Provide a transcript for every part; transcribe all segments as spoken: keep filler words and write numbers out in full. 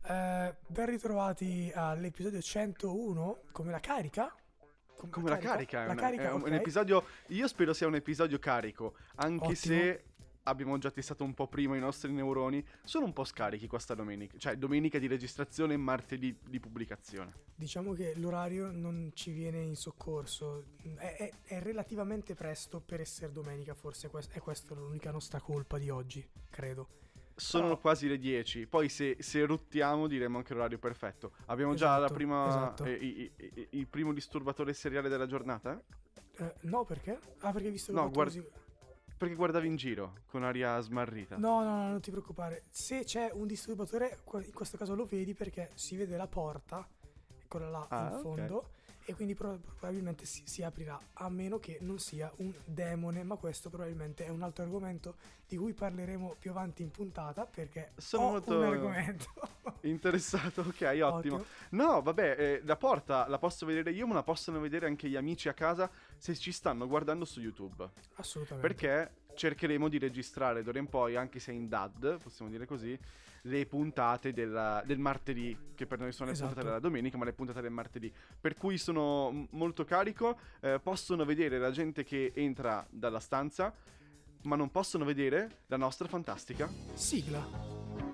Eh, ben ritrovati all'episodio centouno, come la carica? Come, Come la carica, è, la una- carica, è un, ok. un episodio, io spero sia un episodio carico, anche Ottimo. se abbiamo già testato un po' prima i nostri neuroni, sono un po' scarichi questa domenica, cioè domenica di registrazione e martedì di pubblicazione. Diciamo che l'orario non ci viene in soccorso, è, è- è relativamente presto per essere domenica, forse quest- è questa l'unica nostra colpa di oggi, credo. Sono Però- quasi le dieci, poi se, se ruttiamo diremo anche l'orario perfetto. Abbiamo già la Esatto, prima, esatto. eh, i- i- i- il primo disturbatore seriale della giornata? Eh, no, perché? Ah, perché hai visto che No, ho fatto guard- così... perché guardavi in giro con aria smarrita. No, no, no, non ti preoccupare. Se c'è un disturbatore, qua- in questo caso lo vedi perché si vede la porta, quella là Ah, in ok. fondo, e quindi pro- probabilmente si, si aprirà, a meno che non sia un demone, ma questo probabilmente è un altro argomento di cui parleremo più avanti in puntata, perché Sono ho molto un argomento. interessato, ok, ottimo. Ottimo. No, vabbè, eh, la porta la posso vedere io, ma la possono vedere anche gli amici a casa se ci stanno guardando su YouTube. Assolutamente. Perché cercheremo di registrare d'ora in poi, anche se in D A D, possiamo dire così, le puntate della- del martedì, che per noi sono le Esatto. puntate della domenica, ma le puntate del martedì. Per cui sono m- molto carico, eh, possono vedere la gente che entra dalla stanza, ma non possono vedere la nostra fantastica Sigla.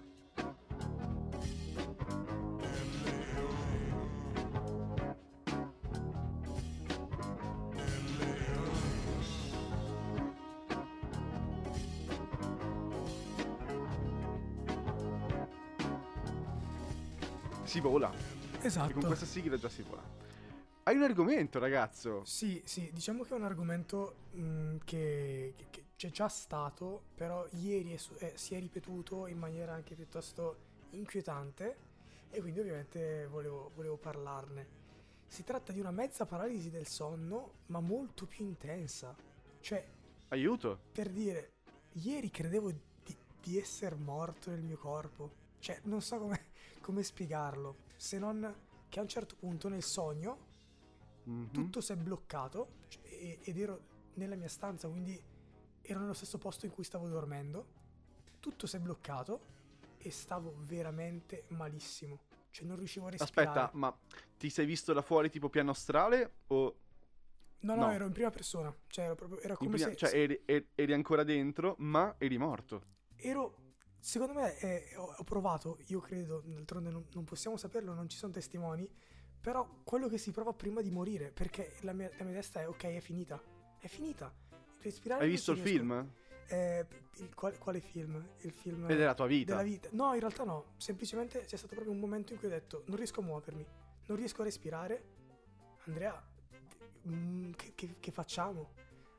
Si vola. E con Esatto. questa sigla già si vola. Hai un argomento, ragazzo? Sì, sì, diciamo che è un argomento mh, che, che- che c'è già stato, però ieri è su- è- si è ripetuto in maniera anche piuttosto inquietante e quindi ovviamente volevo, volevo parlarne. Si tratta di una mezza paralisi del sonno, ma molto più intensa. Cioè, Aiuto. per dire, ieri credevo di, di essere morto nel mio corpo. Cioè, non so come, come spiegarlo, se non che a un certo punto nel sogno Mhm. tutto si è bloccato cioè, e- ed ero nella mia stanza, quindi ero nello stesso posto in cui stavo dormendo. Tutto si è bloccato e stavo veramente malissimo. Cioè non riuscivo a respirare. Aspetta, ma ti sei visto da fuori tipo piano astrale o... No, no, no. ero in prima persona. Cioè ero proprio era in come prima- se Cioè se- eri, eri- eri ancora dentro, ma eri morto. ero secondo me eh, ho, ho provato, io credo, d'altronde non, non possiamo saperlo, non ci sono testimoni, però quello che si prova prima di morire, perché la mia, la mia testa è ok, è finita. È finita. Respirare Hai non visto ci il riesco. film? Eh, il- quale, quale film? Il film Ed è la tua vita. della vita. No, in realtà no. Semplicemente c'è stato proprio un momento in cui ho detto: non riesco a muovermi, non riesco a respirare. Andrea, mm, che, che- che facciamo?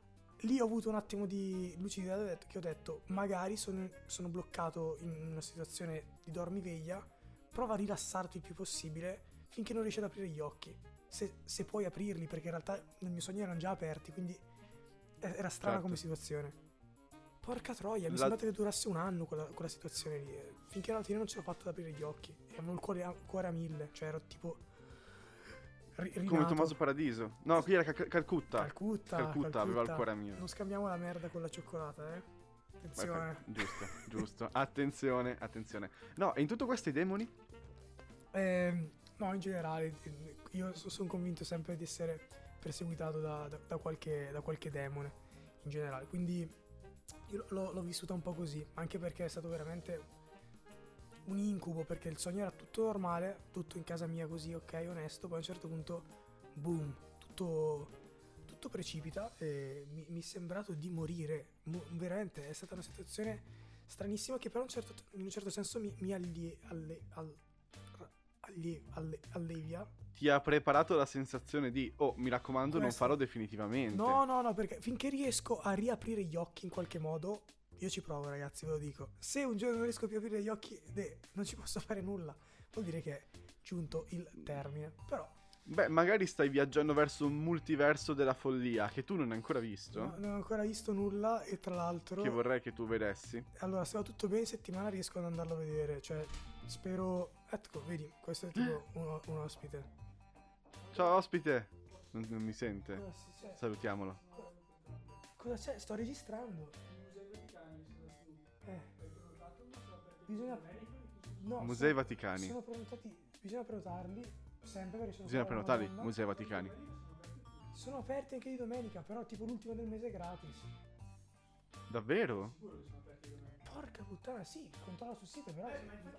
Lì ho avuto un attimo di lucidità ho detto- che ho detto: magari sono, sono bloccato in una situazione di dormiveglia. Prova a rilassarti il più possibile finché non riesci ad aprire gli occhi. Se, se puoi aprirli, perché in realtà nel mio sogno erano già aperti, quindi era strana Certo. come situazione. Porca troia, mi La- sembrava che durasse un anno quella, quella situazione lì. eh. Finché alla fine non ce l'ho fatta ad aprire gli occhi. E avevo il cuore a, cuore a mille, cioè ero tipo. Ri, Come rinato. Tommaso Paradiso. No, qui era Cal- Calcutta. Calcutta, Calcutta aveva il cuore a mille. Non scambiamo la merda con la cioccolata, eh. Attenzione. Perfetto, giusto, giusto. Attenzione, attenzione. No, e in tutto questo i demoni? Ehm, no, in generale, io sono convinto sempre di essere perseguitato da, da- da qualche, da qualche demone, in generale. Quindi io l'ho, l'ho vissuta un po' così, anche perché è stato veramente un incubo, perché il sogno era tutto normale, tutto in casa mia così, ok, onesto, poi a un certo punto, boom, tutto, tutto precipita e mi, mi è sembrato di morire. Mo- veramente è stata una situazione stranissima che però in, un certo, in un certo senso mi, mi allie, alle, al, allie, alle, allevia. Ti ha preparato la sensazione di, oh, mi raccomando, non Questo- farò definitivamente. No, no, no, perché finché riesco a riaprire gli occhi in qualche modo, io ci provo, ragazzi, ve lo dico. Se un giorno non riesco più a aprire gli occhi, beh, non ci posso fare nulla. Vuol dire che è giunto il termine. Però Beh, magari stai viaggiando verso un multiverso della follia che tu non hai ancora visto, no- non ho ancora visto nulla e tra l'altro... che vorrei che tu vedessi. Allora, se va tutto bene in settimana riesco ad andarlo a vedere. Cioè, spero... Ecco, vedi, questo è tipo uno- un ospite. Ciao ospite. Non, non mi sente. Cosa si- cioè, Salutiamolo. cosa c'è? Sto registrando. Eh. Bisogna... No, Musei sono, Vaticani. Sono prenotati, bisogna prenotarli sempre perché sono Bisogna solo una prenotarli, donna. Musei Vaticani. Sono aperti anche di domenica, però tipo l'ultimo del mese è gratis. Davvero? Porca puttana, sì, controlla sul sito, però.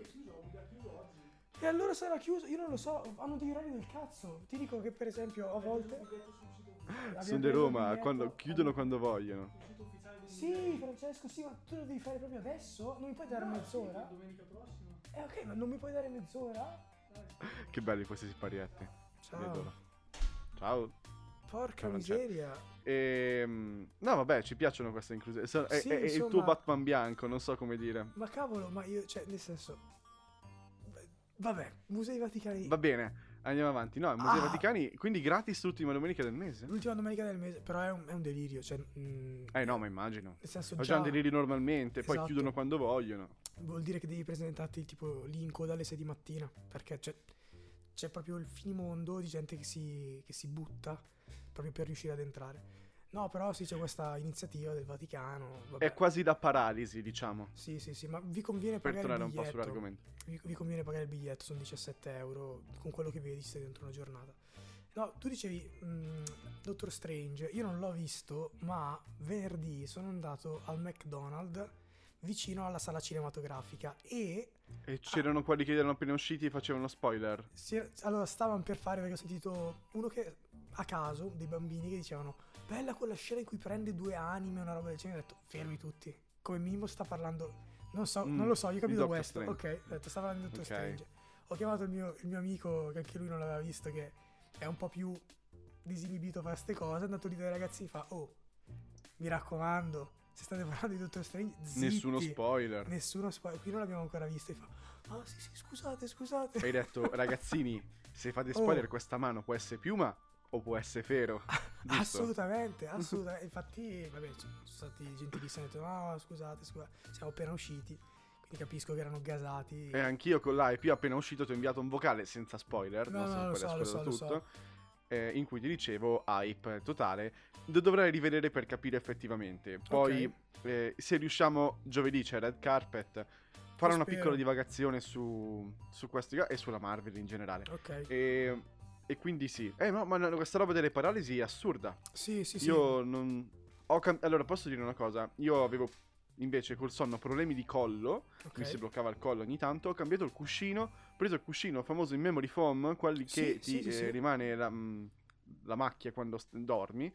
E allora sarà chiuso, io non lo so, hanno degli orari del cazzo. Ti dico che per esempio a volte. Sono di Roma, quando, chiudono quando vogliono. Sì, Francesco, sì, ma tu lo devi fare proprio adesso? Non mi puoi dare mezz'ora? Domenica prossima. Eh ok, ma non mi puoi dare mezz'ora? Che belli questi siparietti. Ciao. Vedono. Ciao. Porca Ciao, miseria. Ehm, no, vabbè, ci piacciono queste inclusioni. So- è, Sì, è- è il insomma- tuo Batman bianco, non so come dire. Ma cavolo, ma io, cioè, nel senso. Vabbè, Musei Vaticani. Va bene, andiamo avanti. No, Musei Ah. Vaticani, quindi gratis l'ultima domenica del mese? L'ultima domenica del mese, però è un, è un delirio, cioè. mm, Eh no, ma immagino. Nel senso, Ho già già un delirio normalmente, poi Esatto. chiudono quando vogliono. vuol dire che devi presentarti tipo lì in coda alle sei di mattina, perché c'è, c'è proprio il finimondo di gente che si, che si butta proprio per riuscire ad entrare. No, però sì, c'è questa iniziativa del Vaticano. Vabbè. È quasi da paralisi, diciamo. Sì, sì, sì, ma vi conviene Per pagare il tornare un po' biglietto. sull'argomento. Vi, vi conviene pagare il biglietto, sono diciassette euro, con quello che vedi stai dentro una giornata. No, tu dicevi mm, Doctor Strange, io non l'ho visto, ma venerdì sono andato al McDonald's vicino alla sala cinematografica e E c'erano quelli che erano appena usciti e facevano spoiler. si era- allora stavano per fare, perché ho sentito uno che a caso, dei bambini che dicevano bella quella scena in cui prende due anime, una roba del genere, ho detto fermi tutti, come minimo sta parlando, non so, Mm, non lo so, io ho di capito Doctor questo, Strange. ok, ho detto sta parlando di Doctor Ok. Strange, ho chiamato il mio, il mio amico che anche lui non l'aveva visto, che è un po' più disinibito a fare queste cose, è andato lì dai ragazzi e fa oh, mi raccomando, se state parlando di Doctor Strange zitti, Nessuno spoiler. nessuno spoiler, qui non l'abbiamo ancora visto, e fa ah sì sì scusate scusate. Hai detto, ragazzini, se fate spoiler Oh. questa mano può essere piuma o può essere fero. Giusto? Assolutamente, assolutamente. Infatti, vabbè, ci sono stati gentilissimi. Hanno detto, no, scusate, scusate, siamo appena usciti. Quindi capisco che erano gasati. E anch'io con l'hype, io appena uscito ti ho inviato un vocale senza spoiler, No, non so no, se lo poi so, l'hai lo so, ascoltato lo tutto, eh, in cui ti dicevo hype totale, lo dovrei rivedere per capire effettivamente. Poi, Ok. eh, se riusciamo, giovedì c'è Red Carpet, fare una spero. piccola divagazione su, su questi e sulla Marvel in generale. Ok. E, e quindi sì, eh, no, ma no, questa roba delle paralisi è assurda. Sì, sì, sì. Io non ho cam- allora posso dire una cosa, io avevo invece col sonno problemi di collo, Ok. mi si bloccava il collo ogni tanto, ho cambiato il cuscino, ho preso il cuscino famoso in memory foam, quelli Sì, che sì, ti sì, eh, sì. rimane la, mh, la macchia quando st- dormi.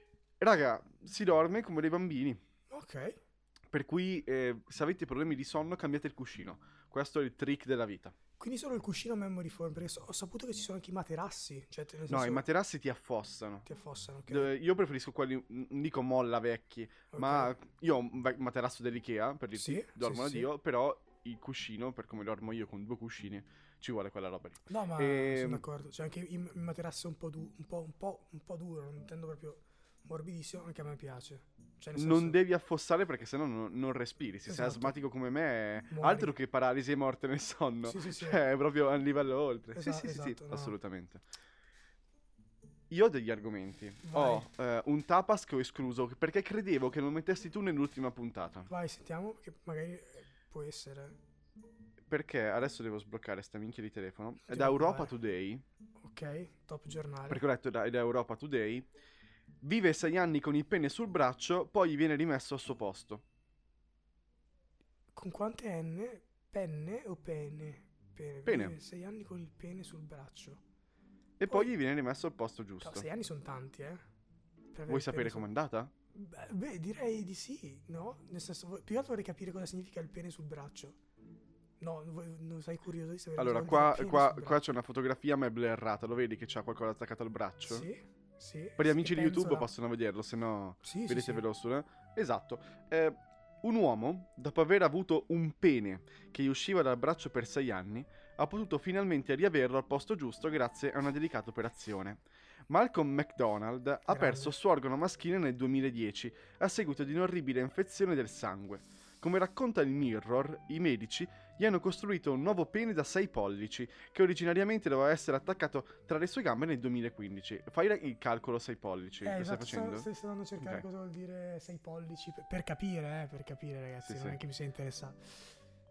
E raga, si dorme come dei bambini, Ok. per cui eh, se avete problemi di sonno cambiate il cuscino. Questo è il trick della vita. Quindi solo il cuscino memory foam, perché so- ho saputo che ci sono anche i materassi. Cioè, nel No, senso, i materassi ti affossano. ti affossano. Ok. Eh, Io preferisco quelli, non dico molla vecchi, Ok. ma io ho un ve- materasso dell'Ikea, per dirti, Sì, dormo da sì, sì. Dio, però il cuscino, per come dormo io con due cuscini, ci vuole quella roba lì. No, ma Ehm, sono d'accordo. C'è anche il il materasso un po', du- un, po', un, po', un po' duro, non intendo proprio morbidissimo, anche a me piace. Cioè, nel Non senso- devi affossare perché sennò non, non respiri. Se sei Esatto. asmatico come me, Muori. altro che paralisi e morte nel sonno. Sì, sì, sì. Cioè, è proprio a un livello oltre. Esa- sì, sì, sì, esatto, sì, no. assolutamente. Io ho degli argomenti. Vai. Ho eh, un tapas che ho escluso perché credevo che lo mettessi tu nell'ultima puntata. Vai, sentiamo, che magari eh, può essere. Perché adesso devo sbloccare sta minchia di telefono. È Devo da Europa provare. Today. Ok, top giornale. Perché ho letto da, è da Europa Today. Vive sei anni con il pene sul braccio, poi gli viene rimesso al suo posto. Con quante N? Penne o pene? Pene. Pene. Vive sei anni con il pene sul braccio. E poi, Poi- gli viene rimesso al posto Cavolo, giusto. sei anni sono tanti, eh. Per avere Vuoi il sapere pene sul- com'è andata? Beh, beh, direi di sì, no? Nel senso, vo- più che altro vorrei capire cosa significa il pene sul braccio. No, non vuoi- non sei curioso di sapere Allora, cosa qua, vuol dire pene qua, sul qua braccio? c'è una fotografia ma è blerrata. Lo vedi che c'ha qualcosa attaccato al braccio? Sì, sì. Per gli amici e di YouTube penzola. possono vederlo, se no Sì, sì, sì. vedetevelo su. eh. Esatto. Eh, un uomo, dopo aver avuto un pene che gli usciva dal braccio per sei anni, ha potuto finalmente riaverlo al posto giusto grazie a una delicata operazione. Malcolm McDonald ha Grande. perso il suo organo maschile nel duemiladieci a seguito di un'orribile infezione del sangue. Come racconta il Mirror, i medici gli hanno costruito un nuovo pene da sei pollici che originariamente doveva essere attaccato tra le sue gambe nel duemilaquindici. Fai il calcolo sei pollici, Eh, lo esatto, stai facendo? stavo, stavo andando a cercare Ok. cosa vuol dire sei pollici, per, per capire, eh, per capire ragazzi, Sì, non sì. è che mi sia interessato.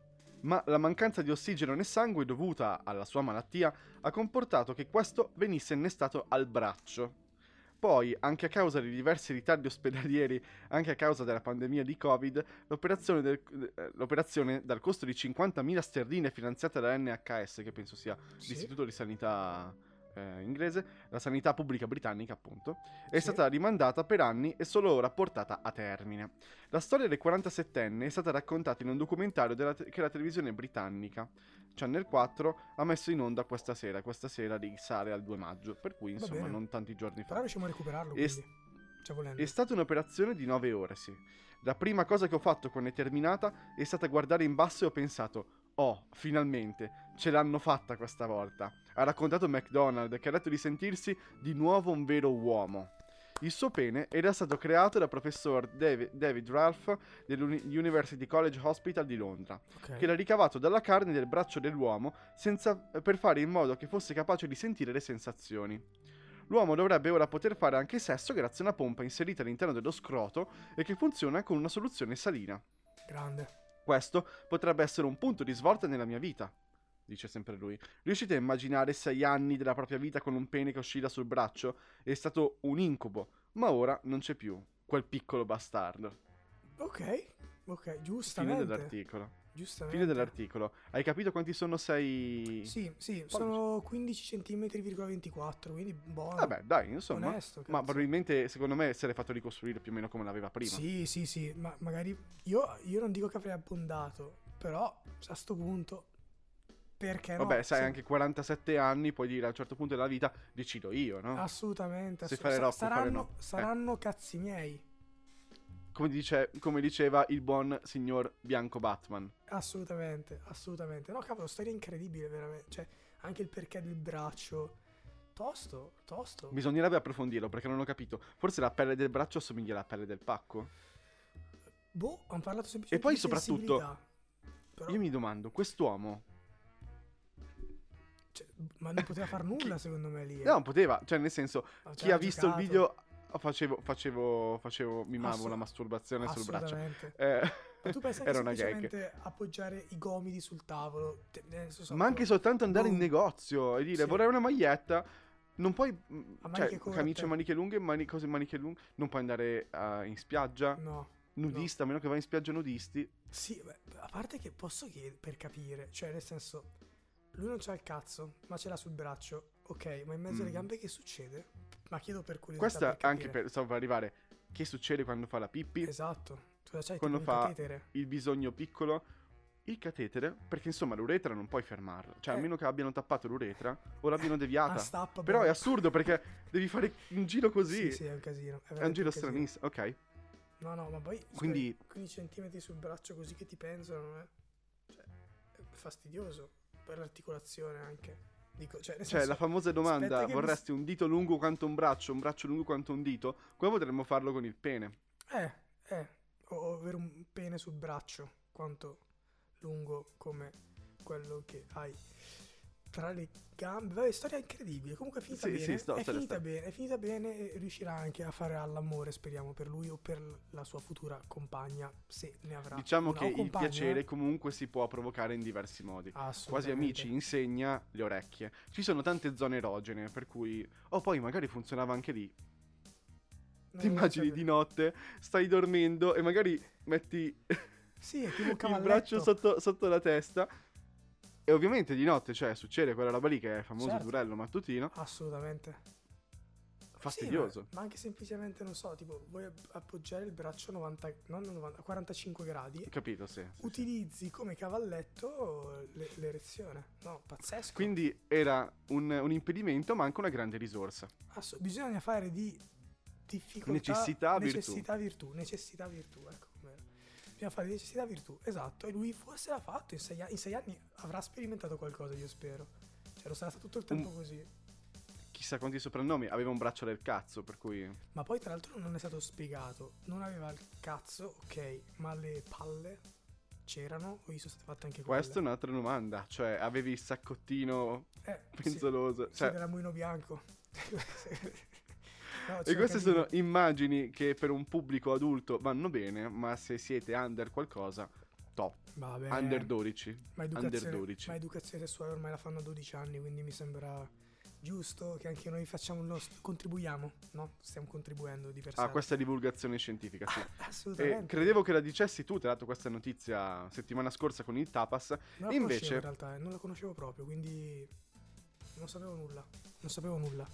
ma la mancanza di ossigeno nel sangue dovuta alla sua malattia ha comportato che questo venisse innestato al braccio. Poi, anche a causa di diversi ritardi ospedalieri, anche a causa della pandemia di Covid, l'operazione, del, eh, l'operazione dal costo di cinquantamila sterline finanziata da N H S, che penso sia Sì. l'Istituto di Sanità eh, inglese, la sanità pubblica britannica appunto, è Sì. stata rimandata per anni e solo ora portata a termine. La storia del quarantasettenne è stata raccontata in un documentario della te- che la televisione britannica Channel quattro ha messo in onda questa sera, questa sera risale al due maggio, per cui Va insomma bene. non tanti giorni fa. Però riusciamo a recuperarlo, E quindi. Cioè, volendo. È stata un'operazione di nove ore, sì. La prima cosa che ho fatto quando è terminata è stata guardare in basso e ho pensato: oh, finalmente, ce l'hanno fatta questa volta. Ha raccontato McDonald, che ha detto di sentirsi di nuovo un vero uomo. Il suo pene era stato creato dal professor David, David Ralph dell'University College Hospital di Londra, Ok. che l'ha ricavato dalla carne del braccio dell'uomo senza, per fare in modo che fosse capace di sentire le sensazioni. L'uomo dovrebbe ora poter fare anche sesso grazie a una pompa inserita all'interno dello scroto e che funziona con una soluzione salina. Grande. Questo potrebbe essere un punto di svolta nella mia vita, dice sempre lui. Riuscite a immaginare sei anni della propria vita con un pene che oscilla sul braccio? È stato un incubo, ma ora non c'è più quel piccolo bastardo. Ok. Ok, Fine giustamente. dell'articolo. Giustamente. Fine dell'articolo. Hai capito quanti sono sei? Sì, sì, sono quindici centimetri virgola ventiquattro, quindi buono. Vabbè, dai, insomma. Onesto, Ma cazzo. probabilmente, secondo me, se l'è fatto ricostruire più o meno come l'aveva prima. Sì, sì, sì, ma magari io, io non dico che avrei abbondato, però a sto punto perché no? Vabbè, sai, Se- anche quarantasette anni puoi dire a un certo punto della vita decido io, no? Assolutamente, Se assu- fare sa- Rocco, fare saranno, no. Eh. saranno cazzi miei. Come, dice, come diceva il buon signor Bianco Batman. Assolutamente, assolutamente. No, cavolo, storia incredibile, veramente. Cioè, anche il perché del braccio. Tosto, tosto. Bisognerebbe approfondirlo perché non ho capito. Forse la pelle del braccio assomiglia alla pelle del pacco? Boh, hanno parlato semplicemente E poi di soprattutto, sensibilità. Però, io mi domando, quest'uomo... cioè, ma non poteva far nulla, secondo me, lì. eh. No, poteva, cioè nel senso, Ma chi c'era ha visto giocato. il video... Facevo, facevo, facevo, mimavo Assu- la masturbazione sul braccio. Assolutamente. Eh, Ma tu pensi che era una gag. semplicemente appoggiare i gomiti sul tavolo, te- nel senso, Ma anche soltanto andare in boom. negozio e dire Sì. vorrei una maglietta. Non puoi, mm, A cioè, maniche corte. camicie a maniche lunghe, mani- cose a maniche lunghe. Non puoi andare uh, in spiaggia, No. nudista, a meno che vai in spiaggia nudisti. Sì, beh, a parte che posso chiedere per capire, cioè nel senso, lui non c'ha il cazzo, ma ce l'ha sul braccio, ok, ma in mezzo alle Mm. gambe che succede? Ma chiedo per curiosità. Questa per anche capire. per, stavo per arrivare. Che succede quando fa la pippi? Esatto. Tu c'hai Quando tipo un fa catetere. il bisogno piccolo? Il catetere? Perché insomma l'uretra non puoi fermarla. Cioè, Eh. a meno che abbiano tappato l'uretra o l'abbiano Ah, deviata. stappa, Però boh. è assurdo perché devi fare un giro così. Sì, sì, è un casino. È un veramente giro casino. stranissimo. Ok. No, no, ma poi scusa, Quindi- quindici centimetri sul braccio così che ti pensano, non è? Cioè, è fastidioso per l'articolazione anche. Dico, cioè, nel Cioè, senso, la famosa aspetta domanda, che mi- vorresti un dito lungo quanto un braccio, un braccio lungo quanto un dito? Qua potremmo farlo con il pene. Eh, eh, o o avere un pene sul braccio, quanto lungo come quello che hai tra le gambe. Vabbè, storia incredibile. Comunque è finita Sì, bene. sì, sto- è, storia finita sta- bene è finita bene e riuscirà anche a fare all'amore, speriamo, per lui o per la sua futura compagna, se ne avrà. Diciamo una che o il compagna, piacere eh. comunque si può provocare in diversi modi. Quasi Assolutamente. amici insegna le orecchie. Ci sono tante zone erogene, per cui... Oh, poi magari funzionava anche lì. Non Ti lo immagini so. di notte, stai dormendo e magari metti Sì, è tipo un il cavalletto. braccio sotto, sotto la testa. E ovviamente di notte, cioè, succede quella roba lì che è il famoso Certo. durello mattutino. Assolutamente. Fastidioso. Sì, ma, ma anche semplicemente, non so, tipo, vuoi app- appoggiare il braccio a novanta, non a novanta, a quarantacinque gradi, Capito, sì. sì, sì. utilizzi come cavalletto le- l'erezione. No, pazzesco. Quindi era un, un impedimento, ma anche una grande risorsa. Asso- bisogna fare di difficoltà Necessità, virtù. necessità virtù necessità virtù ecco com'era. Bisogna fare di necessità virtù, esatto, e lui forse l'ha fatto in sei, a- in sei anni avrà sperimentato qualcosa, io spero, cioè non sarà stato tutto il tempo Un- così. Chissà quanti soprannomi. Aveva un braccio del cazzo, per cui... Ma poi tra l'altro non è stato spiegato, non aveva il cazzo, ok, ma le palle c'erano o gli sono state fatte anche quelle? Questa è un'altra domanda. Cioè, avevi il saccottino eh, sì, penzoloso. sì, Cioè, della Mulino Bianco. No, e c'era queste capito. sono immagini che per un pubblico adulto vanno bene, ma se siete under qualcosa, top. Vabbè, Under dodici. ma Under educazione, dodici. ma educazione sessuale ormai la fanno a dodici anni, quindi mi sembra giusto che anche noi facciamo il nostro, contribuiamo, no? Stiamo contribuendo di per sé. Ah, questa è divulgazione scientifica, sì. Ah, E assolutamente. credevo che la dicessi tu, ti ho dato questa notizia settimana scorsa con il tapas. Non la Invece- conoscevo in realtà, eh, non la conoscevo proprio, quindi non sapevo nulla. Non sapevo nulla.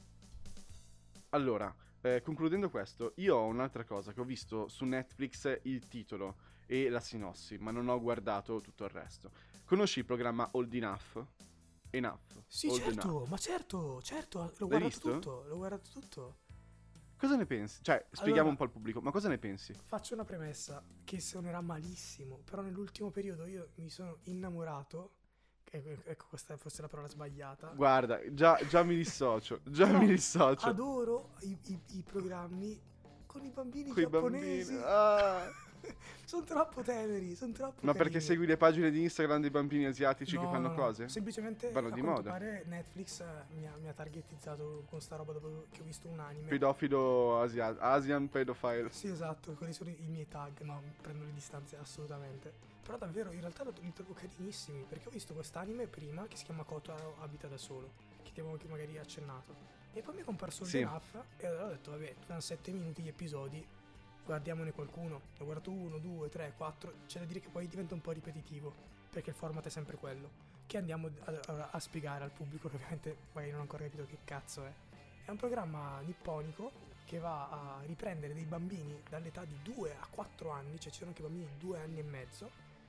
Allora, eh, concludendo questo, io ho un'altra cosa che ho visto su Netflix il titolo e la sinossi, ma non ho guardato tutto il resto. Conosci il programma Old Enough? Enough. Sì, Old certo, Enough. ma certo, certo, l'ho L'hai guardato visto? tutto, l'ho guardato tutto. Cosa ne pensi? Cioè, spieghiamo Allora- un po' al pubblico, ma cosa ne pensi? Faccio una premessa che suonerà malissimo, però nell'ultimo periodo io mi sono innamorato, che- ecco questa è forse la parola sbagliata. Guarda, già, già mi dissocio, già Però mi dissocio. Adoro i, i- i programmi con i bambini Quei giapponesi. bambini. Ah. Sono troppo teneri, sono troppo Ma perché carini. segui le pagine di Instagram dei bambini asiatici che No, fanno no, no. cose? Semplicemente Vanno a di quanto moda. pare Netflix eh, mi ha, mi ha targetizzato con sta roba dopo che ho visto un anime. Pedofilo asia- Asian pedophile. Sì, esatto, quelli sono i, i miei tag, no, prendo le distanze assolutamente. Però davvero, in realtà lo- li trovo carinissimi, perché ho visto quest'anime prima che si chiama Kotaro abita da solo, che ti avevo anche magari accennato. E poi mi è comparso Sì. il Enough e allora ho detto, vabbè, durano sette minuti gli episodi, guardiamone qualcuno. Ho guardato uno, due, tre, quattro, c'è da dire che poi diventa un po' ripetitivo, perché il format è sempre quello. Che andiamo a, a- a spiegare al pubblico, che ovviamente magari non ha ancora capito che cazzo è. È un programma nipponico che va a riprendere dei bambini dall'età di due a quattro anni, cioè ci sono anche bambini di due anni e mezzo,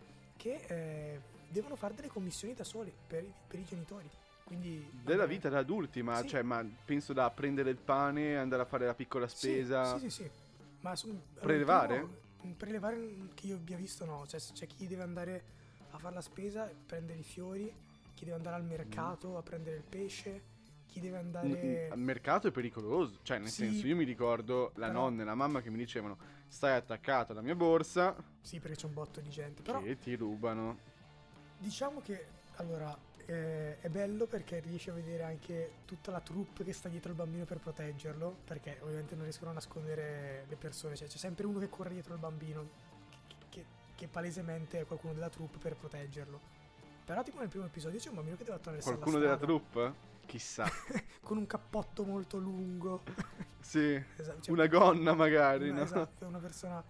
che eh, devono fare delle commissioni da soli per, i- per i genitori. Quindi Della eh, vita da adulti, ma, sì. cioè, ma penso da prendere il pane, andare a fare la piccola sì, spesa. Sì, sì, sì. Ma son- Prelevare? allora, primo, prelevare mm, che io abbia visto no, cioè c'è chi deve andare a fare la spesa, prendere i fiori, chi deve andare al mercato a prendere il pesce, chi deve andare... Al mercato è pericoloso, cioè nel Sì, senso io mi ricordo la però- nonna e la mamma che mi dicevano stai attaccato alla mia borsa Sì, perché c'è un botto di gente, però che ti rubano. diciamo che allora eh, è bello perché riesci a vedere anche tutta la troupe che sta dietro il bambino per proteggerlo, perché ovviamente non riescono a nascondere le persone, cioè c'è sempre uno che corre dietro il bambino che, che- che palesemente è qualcuno della troupe per proteggerlo. Però tipo nel primo episodio c'è un bambino che deve attraversare Qualcuno la della strada troupe? Chissà. con un cappotto molto lungo. Sì, Esatto, cioè- una gonna magari, No, no? esatto, una persona.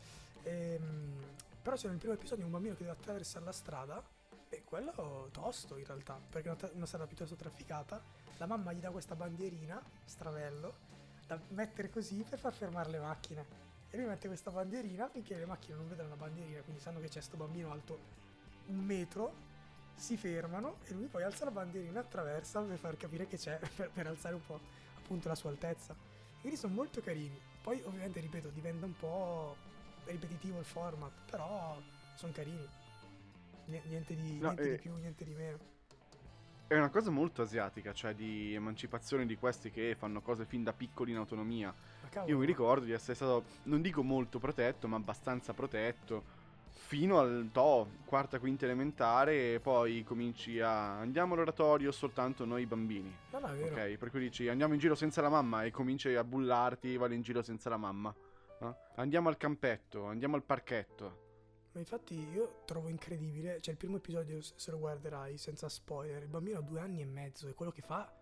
ehm, però c'è nel primo episodio un bambino che deve attraversare la strada. E quello tosto in realtà, perché è una, tra- una strada piuttosto trafficata. La mamma gli dà questa bandierina, stravello, da mettere così per far fermare le macchine. E lui mette questa bandierina finché le macchine non vedono la bandierina, quindi sanno che c'è sto bambino alto un metro, si fermano e lui poi alza la bandierina, attraversa per far capire che c'è, per, per alzare un po' appunto la sua altezza. Quindi sono molto carini. Poi ovviamente, ripeto, diventa un po' ripetitivo il format, però sono carini. Ni- Niente, di, No, niente di eh, più, niente di meno. È una cosa molto asiatica, cioè di emancipazione di questi che fanno cose fin da piccoli in autonomia. Ma cavolo, Io mi ma- ricordo di essere stato, non dico molto protetto, ma abbastanza protetto fino al to, quarta, quinta elementare, e poi cominci a andiamo all'oratorio soltanto noi bambini. No, no, è vero. Ok, per cui dici andiamo in giro senza la mamma e cominci a bullarti, vai in giro senza la mamma. No? Andiamo al campetto, andiamo al parchetto. Ma infatti io trovo incredibile, cioè il primo episodio, se se lo guarderai senza spoiler, il bambino ha due anni e mezzo e quello che fa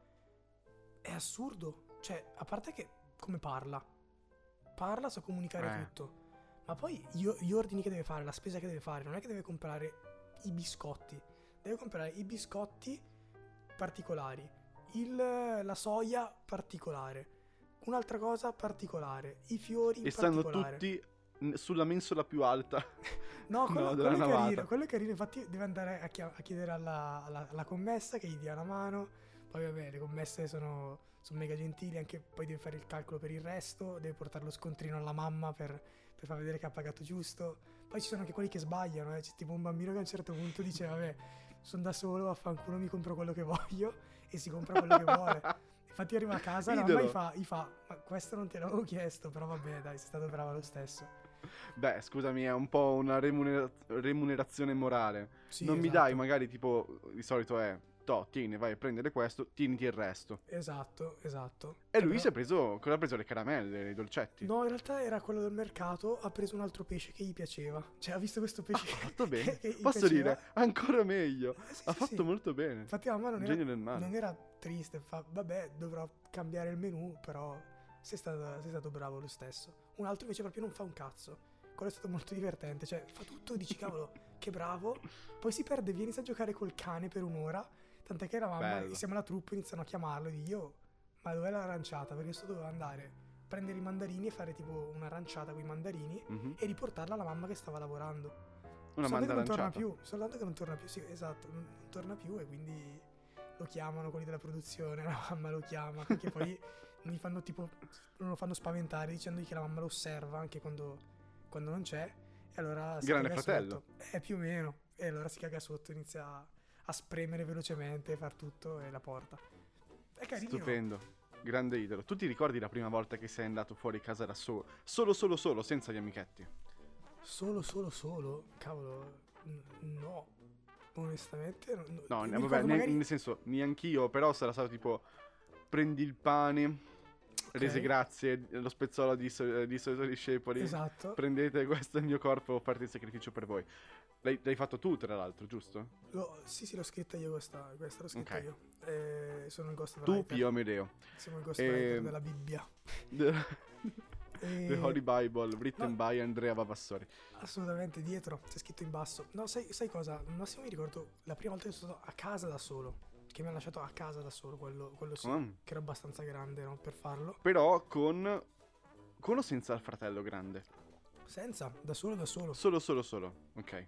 è assurdo. Cioè, a parte che come parla, parla, sa comunicare Eh. tutto, ma poi gli, gli ordini che deve fare, la spesa che deve fare, non è che deve comprare i biscotti, deve comprare i biscotti particolari, il, la soia particolare, un'altra cosa particolare, i fiori E stanno particolare. tutti n- sulla mensola più alta. No, quello, No, quello della è navata. carino, quello è carino, infatti deve andare a, chia- a chiedere alla, alla- alla commessa che gli dia una mano, poi vabbè le commesse sono, sono mega gentili, anche poi deve fare il calcolo per il resto, deve portare lo scontrino alla mamma per, per far vedere che ha pagato giusto, poi ci sono anche quelli che sbagliano, eh. C'è tipo un bambino che a un certo punto dice vabbè sono da solo, vaffanculo mi compro quello che voglio e si compra quello che vuole. Infatti arriva a casa e la mamma Idolo. gli fa, gli fa ma questo non te l'avevo chiesto, però vabbè dai sei stato brava lo stesso. Beh, scusami, è un po' una remunera- remunerazione morale. Sì, non mi esatto. dai magari tipo, di solito è, to, tieni, vai a prendere questo, tieniti il resto. Esatto, esatto. E Cioè, lui però- si è preso, cosa ha preso le caramelle, i dolcetti. No, in realtà era quello del mercato, ha preso un altro pesce che gli piaceva. Cioè, ha visto questo pesce Ha che, fatto bene. che gli Posso piaceva. dire, ancora meglio. Eh, sì, Ha sì, fatto sì. molto bene. Infatti la mamma non Genio era, del male. non era triste, fa, vabbè, dovrò cambiare il menù, però sei stato, sei stato bravo lo stesso. Un altro invece proprio non fa un cazzo. Quello è stato molto divertente, cioè fa tutto, dici cavolo, che bravo. Poi si perde, vieni a giocare col cane per un'ora, tant'è che la mamma, Bello. insieme alla troupe, iniziano a chiamarlo e dico, io, ma dov'è l'aranciata? Perché io dovevo andare a prendere i mandarini e fare tipo un'aranciata con i mandarini Mhm. e riportarla alla mamma che stava lavorando. Una Soltanto che non torna mandaranciata. più, soltanto che non torna più, sì, esatto, non, non torna più e quindi lo chiamano quelli della produzione, la mamma lo chiama, perché poi mi fanno tipo, non lo fanno spaventare dicendogli che la mamma lo osserva anche quando, quando non c'è e allora si Grande caga fratello. sotto. Eh, più o meno, e allora si caga sotto, inizia a, a spremere velocemente, far tutto e la porta. È carino. Stupendo. Grande idolo. Tu ti ricordi la prima volta che sei andato fuori casa da solo? Solo, solo, solo, senza gli amichetti. Solo, solo, solo? Cavolo, n- no. Onestamente, no, No, mi ne- ricordo vabbè, ne- magari- nel senso, neanch'io, però sarà stato tipo, prendi il pane, rese Ok. grazie, lo spezzolo di, so- di solito discepoli, Esatto. prendete questo è il mio corpo, fate il sacrificio per voi. L'hai, l'hai fatto tu, tra l'altro, giusto? Lo- sì, sì, l'ho scritta io questa, questa l'ho scritta Ok. io. Eh, sono il Tu, ghostwriter. Pio Amedeo. Siamo il ghostwriter Ehm, della Bibbia. The, E- the Holy Bible, written No. by Andrea Vavassori. Assolutamente, dietro, c'è scritto in basso. No, sai, sai cosa? Al massimo mi ricordo la prima volta che sono stato a casa da solo. Che mi ha lasciato a casa da solo, quello, quello sì. Mm. Che ero abbastanza grande, no, per farlo. Però con... Con o senza il fratello grande? Senza, da solo, da solo. Solo, solo, solo. Ok.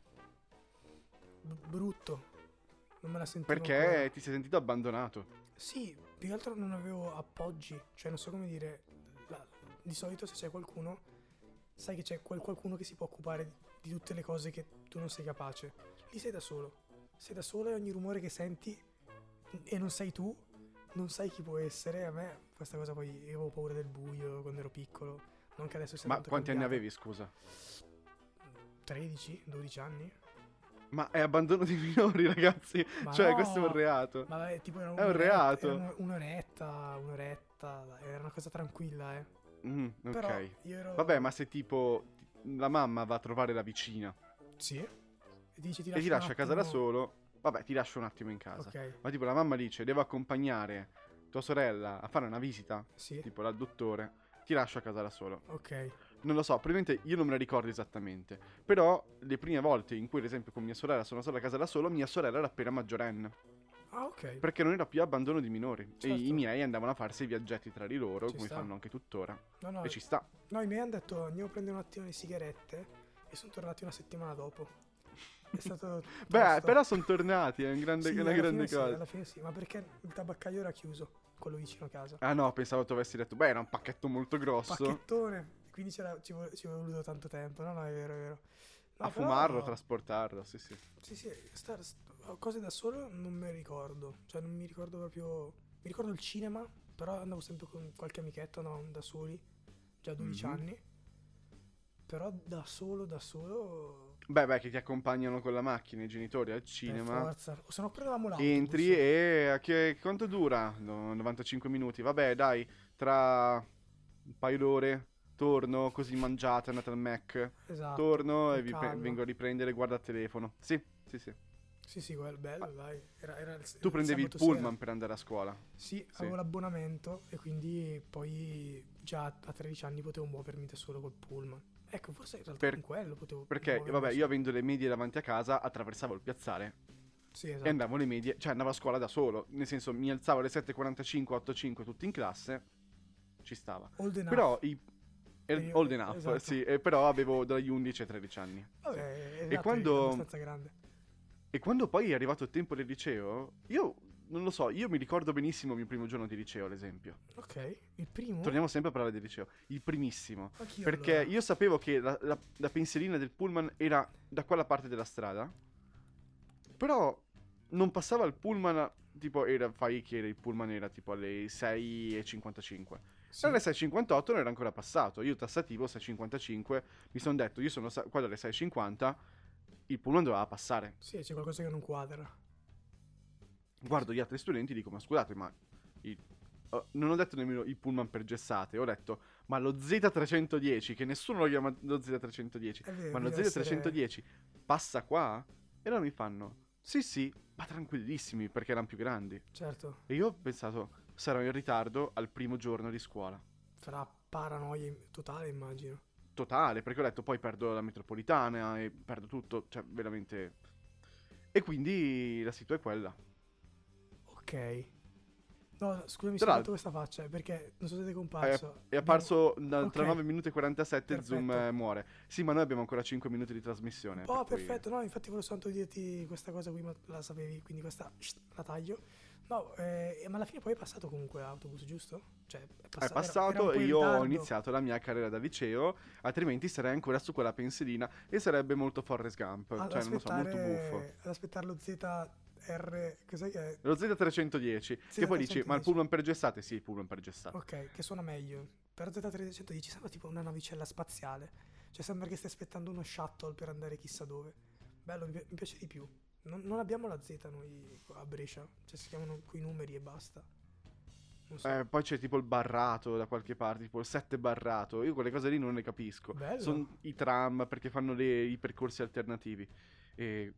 B- brutto. Non me la sentivo Perché ancora. ti sei sentito abbandonato. Sì, più che altro non avevo appoggi. Cioè, non so come dire. la- di solito se c'è qualcuno, sai che c'è quel qualcuno che si può occupare di tutte le cose che tu non sei capace. Lì sei da solo. Sei da solo e ogni rumore che senti e non sei tu, non sai chi può essere. A me questa cosa poi io avevo paura del buio quando ero piccolo. Non che adesso sia Ma tanto quanti anni cambiato. avevi, scusa? tredici, dodici anni? Ma è abbandono di minori, ragazzi. Ma Cioè, no! questo è un reato. Ma vabbè, tipo era È un un'oretta- reato. era un- un'oretta, un'oretta, era una cosa tranquilla, eh. Mm, ok. Però io ero... Vabbè, ma se tipo la mamma va a trovare la vicina Sì. E dici, ti e ti lascio un lascia a casa da attimo- solo, vabbè, ti lascio un attimo in casa. Ok, Ma tipo la mamma dice, devo accompagnare tua sorella a fare una visita, sì, tipo dal dottore, ti lascio a casa da solo. ok. Non lo so, probabilmente io non me la ricordo esattamente. Però le prime volte in cui, ad esempio, con mia sorella sono stato a casa da solo, mia sorella era appena maggiorenne. Ah, ok. Perché non era più abbandono di minori. E Certo. i miei andavano a farsi i viaggetti tra di loro, Ci come sta. fanno anche tuttora. No, no, E ci sta. no, i miei hanno detto andiamo a prendere un attimo le sigarette e sono tornati una settimana dopo. È stato Beh, tosto. però sono tornati, è un grande- Sì, una alla grande fine sì, cosa. alla fine sì, ma perché il tabaccaio era chiuso, quello vicino a casa. Ah no, pensavo tu avessi detto, beh, era un pacchetto molto grosso. Pacchettone, quindi c'era, ci, vo- ci aveva voluto tanto tempo. No, no, è vero, è vero. No, A però- fumarlo, a trasportarlo, sì sì. Sì, sì, star- st- cose da solo non me le ricordo. Cioè, non mi ricordo proprio. Mi ricordo il cinema, però andavo sempre con qualche amichetto, no, da soli, già dodici Mhm. anni. Però da solo, da solo. Beh, beh, che ti accompagnano con la macchina, i genitori al Per cinema. forza. O se no prendevamo l'autobus. Entri e che quanto dura? No, novantacinque minuti. Vabbè, dai, tra un paio d'ore torno, così mangiate, andate al Mac. Esatto. Torno con e vi pre- calma. vengo a riprendere, guarda il telefono. Sì, sì, sì. Sì, sì, quello bello, dai. Era, era il, Tu prendevi il sabato pullman sera. per andare a scuola. Sì, avevo l'abbonamento e quindi poi già a tredici anni potevo muovermi da solo col pullman. Ecco, forse in realtà Per- con quello potevo Perché, muovermi vabbè, da io solo. avendo le medie davanti a casa, attraversavo il piazzale Sì, esatto. e andavo alle medie, cioè andavo a scuola da solo. Nel senso, mi alzavo alle sette e quarantacinque, otto e cinque, tutti in classe. Ci stava. Old enough. Però i... eh, io- Old enough, esatto. sì, eh, però avevo dagli undici ai tredici anni. Vabbè, E esatto, quando- è abbastanza grande. E quando poi è arrivato il tempo del liceo, io non lo so, io mi ricordo benissimo il mio primo giorno di liceo, ad esempio. Ok, il primo? Torniamo sempre a parlare del liceo. Il primissimo. Anch'io, Perché allora. io sapevo che la, la- la pensierina del pullman era da quella parte della strada. Però non passava il pullman, a- tipo, era, fai che era- il pullman era tipo alle sei e cinquantacinque. Sì. Alle sei e cinquantotto non era ancora passato. Io tassativo sei e cinquantacinque, mi sono detto, io sono sa- qua dalle sei e cinquanta, il pullman doveva passare. Sì, c'è qualcosa che non quadra. guardo gli altri studenti e dico, ma scusate, ma i- oh, non ho detto nemmeno i pullman per gessate, ho detto, ma lo Z trecentodieci, che nessuno lo chiama lo Z trecentodieci, È vero, ma lo deve Z essere- trecentodieci passa qua? E loro mi fanno, sì sì, ma tranquillissimi, perché erano più grandi. Certo, E io ho pensato, sarò in ritardo al primo giorno di scuola. sarà paranoia totale, immagino. Totale, perché ho detto, poi perdo la metropolitana e perdo tutto, cioè veramente... E quindi la situazione è quella. Ok. No, scusami se Tra ho fatto l'altro, questa faccia, eh, perché non so se ti è È, comparso. è apparso da- Ok, tra nove minuti e quarantasette Zoom perfetto. eh, muore. Sì, ma noi abbiamo ancora cinque minuti di trasmissione. Oh, per cui- perfetto, no, infatti volevo soltanto dirti questa cosa qui, ma la sapevi, quindi questa la taglio. No, eh, ma alla fine poi è passato comunque l'autobus, giusto? Cioè, è, È passa- era- passato era un po' e in io ho ritardo. iniziato la mia carriera da liceo, altrimenti sarei ancora su quella pensilina e sarebbe molto Forrest Gump. Ad Cioè, non lo so, molto buffo. aspettare, ad aspettare lo Z R, cos'è che è? Lo Z trecentodieci, che poi dici, ma il Z trecentodieci. pullman per gessate? Sì, il pullman per gessate. Ok, che suona meglio. Per Z trecentodieci sembra tipo una navicella spaziale. Cioè sembra che stai aspettando uno shuttle per andare chissà dove. Bello, mi, pi- mi piace di più. Non, non abbiamo la Z noi qua a Brescia. Cioè si chiamano quei numeri e basta. Non so. Eh, poi c'è tipo il barrato da qualche parte, tipo il sette barrato. Io quelle cose lì non le capisco. Bello. Sono i tram perché fanno le- i percorsi alternativi. E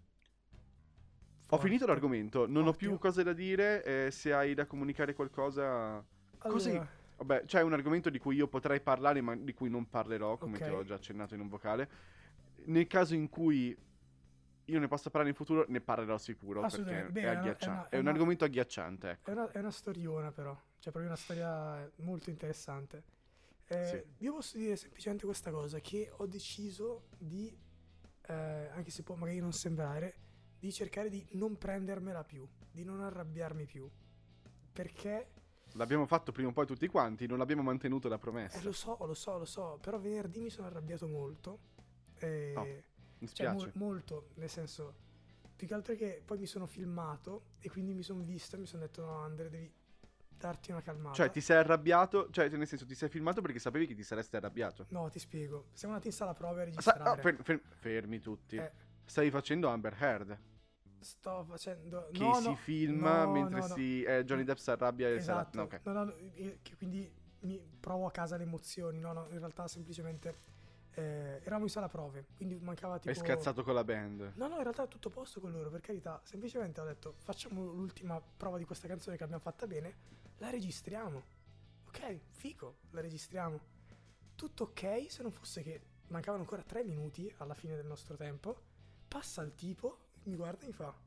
ho Forte. finito l'argomento, non ho Ottimo. più cose da dire. eh, se hai da comunicare qualcosa. Così. Allora, Vabbè, c'è un argomento di cui io potrei parlare, ma di cui non parlerò, come Ok. ti ho già accennato in un vocale. Nel caso in cui io ne possa parlare in futuro, ne parlerò sicuro. Perché Assolutamente. è Beh, è una- è agghiacciante. una- È, è un una- argomento agghiacciante, ecco. è una, è una storiona però. Cioè proprio una storia molto interessante. Eh, Sì. Io posso dire semplicemente questa cosa, che ho deciso di, eh, anche se può magari non sembrare, di cercare di non prendermela più, di non arrabbiarmi più. Perché, L'abbiamo fatto prima o poi tutti quanti, non abbiamo mantenuto la promessa. eh, lo so, lo so, lo so, però venerdì mi sono arrabbiato molto. eh, Oh, Mi cioè mo- spiace. molto, nel senso, più che altro che poi mi sono filmato e quindi mi sono visto e mi sono detto no Andre, devi darti una calmata. Cioè, ti sei arrabbiato, cioè, nel senso, ti sei filmato perché sapevi che ti saresti arrabbiato. No, ti spiego. Siamo andati in sala prove a Sa- registrare. ah, fer- fer- fermi tutti. Eh, Stavi facendo Amber Heard, sto facendo... che no, si no, filma no, mentre no, no. si eh, Johnny Depp si arrabbia e si arra- Esatto. no, ok. No, no, no, eh, che quindi mi provo a casa le emozioni. No, no, in realtà semplicemente eh, eravamo in sala prove, quindi mancava tipo... Hai scazzato con la band. No, no, in realtà è tutto a posto con loro, per carità. Semplicemente ho detto, facciamo l'ultima prova di questa canzone che abbiamo fatta bene, la registriamo. Ok, figo, la registriamo. Tutto ok, se non fosse che mancavano ancora tre minuti alla fine del nostro tempo. Passa il tipo, mi guarda e mi fa...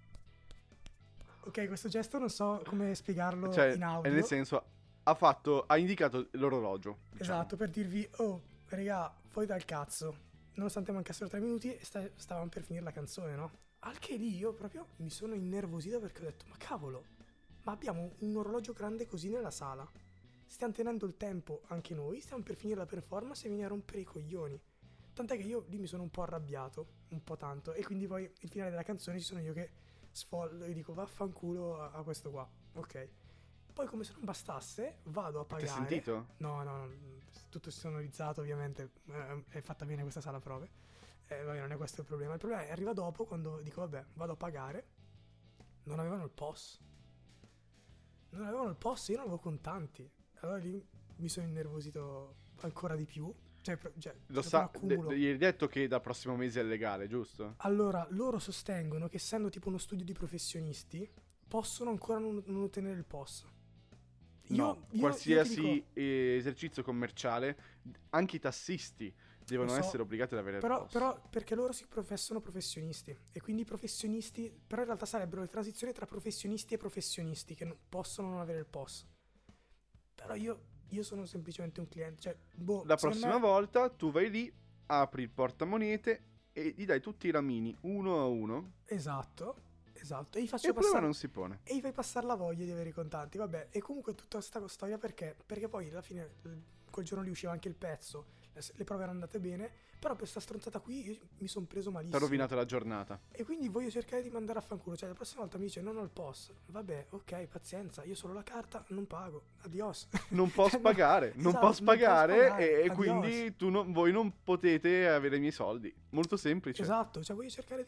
Ok, questo gesto non so come spiegarlo Cioè, in è audio. nel senso, ha fatto, ha indicato l'orologio. diciamo. Esatto, per dirvi, oh, raga, fuori dal cazzo. Nonostante mancassero tre minuti, sta- stavamo per finire la canzone, no? Al che lì io proprio mi sono innervosito perché ho detto, ma cavolo, ma abbiamo un orologio grande così nella sala. Stiamo tenendo il tempo anche noi, stiamo per finire la performance e vieni a rompere i coglioni. Tant'è che io lì mi sono un po' arrabbiato, un po' tanto, e quindi poi il finale della canzone ci sono io che sfollo e dico vaffanculo a, a questo qua, ok. Poi come se non bastasse, vado a Ti pagare. hai sentito? No, no, no, tutto sonorizzato ovviamente, eh, è fatta bene questa sala prove. Eh, vabbè, non è questo il problema. Il problema è arriva dopo quando dico vabbè, vado a pagare. Non avevano il P O S. Non avevano il P O S, io non avevo contanti. Allora lì mi sono innervosito ancora di più. Cioè, pro- cioè Lo proprio sa, un de- accumulo. gli hai detto che dal prossimo mese è legale, giusto? Allora, loro sostengono che essendo tipo uno studio di professionisti, possono ancora non, non ottenere il P O S. Io- no, io- io ti qualsiasi dico- eh, esercizio commerciale, anche i tassisti devono Lo so, essere obbligati ad avere il Però, P O S. però perché loro si professano professionisti e quindi i professionisti, però in realtà sarebbero le transizioni tra professionisti e professionisti che non possono non avere il P O S. Però io, io sono semplicemente un cliente, cioè boh, La secondo prossima me- volta tu vai lì, apri il portamonete e gli dai tutti i ramini uno a uno Esatto, esatto, e gli e faccio il problema passare non si pone. e gli fai passare la voglia di avere i contanti, vabbè, e comunque tutta questa storia perché? Perché poi alla fine eh, quel giorno lì usciva anche il pezzo, le, le prove erano andate bene, però per questa stronzata qui io mi sono preso Ti malissimo. ha rovinato la giornata. E quindi voglio cercare di mandare a fanculo. Cioè la prossima volta mi dice non ho il P O S. Vabbè, ok, pazienza, io solo la carta, non pago. Adios. Non posso Cioè, no, pagare, non esatto, posso non posso pagare pagare, e, e adios. quindi tu non- voi non potete avere i miei soldi. Molto semplice. Esatto, cioè voglio cercare di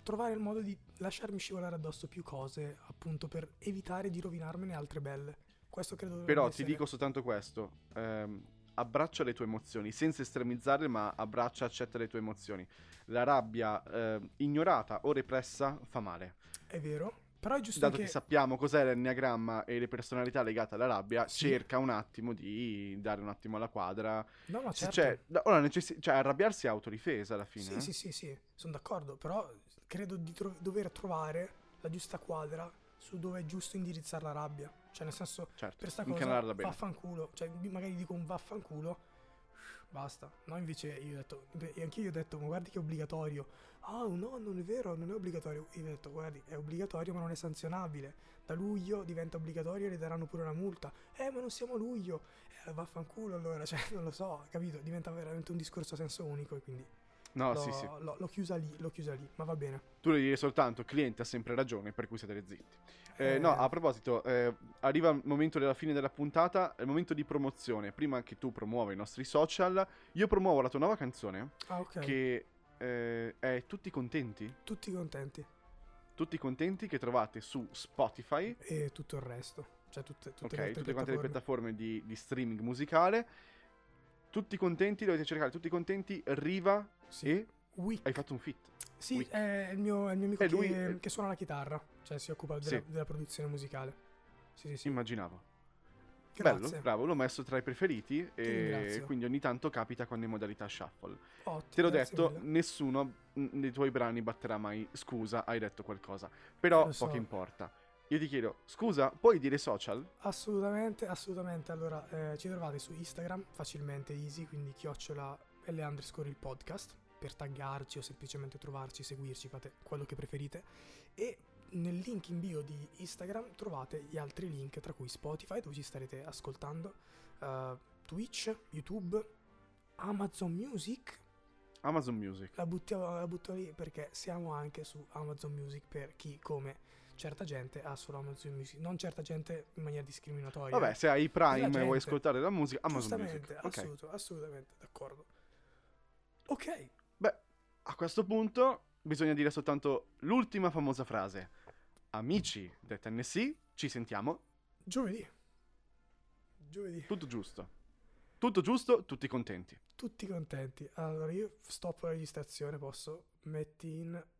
trovare il modo di lasciarmi scivolare addosso più cose, appunto per evitare di rovinarmene altre belle. Questo credo dovrebbe Però essere... ti dico soltanto questo, ehm, abbraccia le tue emozioni, senza estremizzarle, ma abbraccia, accetta le tue emozioni. La rabbia eh, ignorata o repressa fa male. È vero, però è giusto Dato che... che sappiamo cos'è l'enneagramma e le personalità legate alla rabbia, Sì. cerca un attimo di dare un attimo alla quadra. No, ma Se certo. c'è, da- ora necessi- cioè, arrabbiarsi è autodifesa alla fine. Sì, eh? sì, sì, sì, sono d'accordo, però credo di tro- dover trovare la giusta quadra su dove è giusto indirizzare la rabbia. Cioè, nel senso, Certo, per sta cosa, incanalarla bene. vaffanculo. Cioè, magari dico un vaffanculo, basta. No, invece io ho detto, e anche io ho detto, ma guardi che è obbligatorio. Ah, no, non è vero, non è obbligatorio. Io ho detto, guardi, è obbligatorio ma non è sanzionabile. Da luglio diventa obbligatorio e le daranno pure una multa. Eh, ma non siamo a luglio. Eh, vaffanculo allora, cioè, non lo so, capito? Diventa veramente un discorso a senso unico e quindi... No, l'ho, sì, sì. l'ho, l'ho chiusa lì, l'ho chiusa lì, ma va bene. Tu devi dire soltanto, il cliente ha sempre ragione, per cui siete zitti. Eh, Eh. No, a proposito, eh, arriva il momento della fine della puntata, è il momento di promozione. Prima che tu promuova i nostri social, io promuovo la tua nuova canzone, Ah, ok. che eh, è Tutti Contenti. Tutti contenti. Tutti Contenti, che trovate su Spotify, E tutto il resto. Cioè, tutte, tutte ok, le altre tutte quante le piattaforme. piattaforme di, di streaming musicale. Tutti Contenti, dovete cercare Tutti Contenti, Riva Sì. e Wick. hai fatto un feat. Sì, Wick. è il mio, è il mio amico E lui- che, eh, che suona la chitarra. Cioè, si occupa della, Sì. della produzione musicale. Sì, sì, sì. Immaginavo. Grazie. Bello, bravo, l'ho messo tra i preferiti e ringrazio. quindi ogni tanto capita quando è in modalità shuffle. Ottimo, Te l'ho grazie detto, mille. nessuno mm, dei tuoi brani batterà mai scusa, hai detto qualcosa. Però Lo so. poco importa. Io ti chiedo, scusa, puoi dire social? Assolutamente, assolutamente. Allora, eh, ci trovate su Instagram, facilmente, easy, quindi chiocciola L underscore il podcast, per taggarci o semplicemente trovarci, seguirci, fate quello che preferite. E nel link in bio di Instagram trovate gli altri link, tra cui Spotify, dove ci starete ascoltando, eh, Twitch, YouTube, Amazon Music. Amazon Music. La buttiamo, la butto lì perché siamo anche su Amazon Music per chi, come certa gente, ha solo Amazon Music. Non certa gente in maniera discriminatoria. Vabbè, eh. se hai Prime Della e vuoi gente. ascoltare la musica, Amazon Giustamente, Music. Ok. assoluto, assolutamente, d'accordo. Ok, Beh, a questo punto bisogna dire soltanto l'ultima famosa frase. Amici del Tennessee, ci sentiamo. giovedì. Giovedì. Tutto giusto. Tutto giusto, tutti contenti. Tutti contenti. Allora io stop la registrazione, posso metti in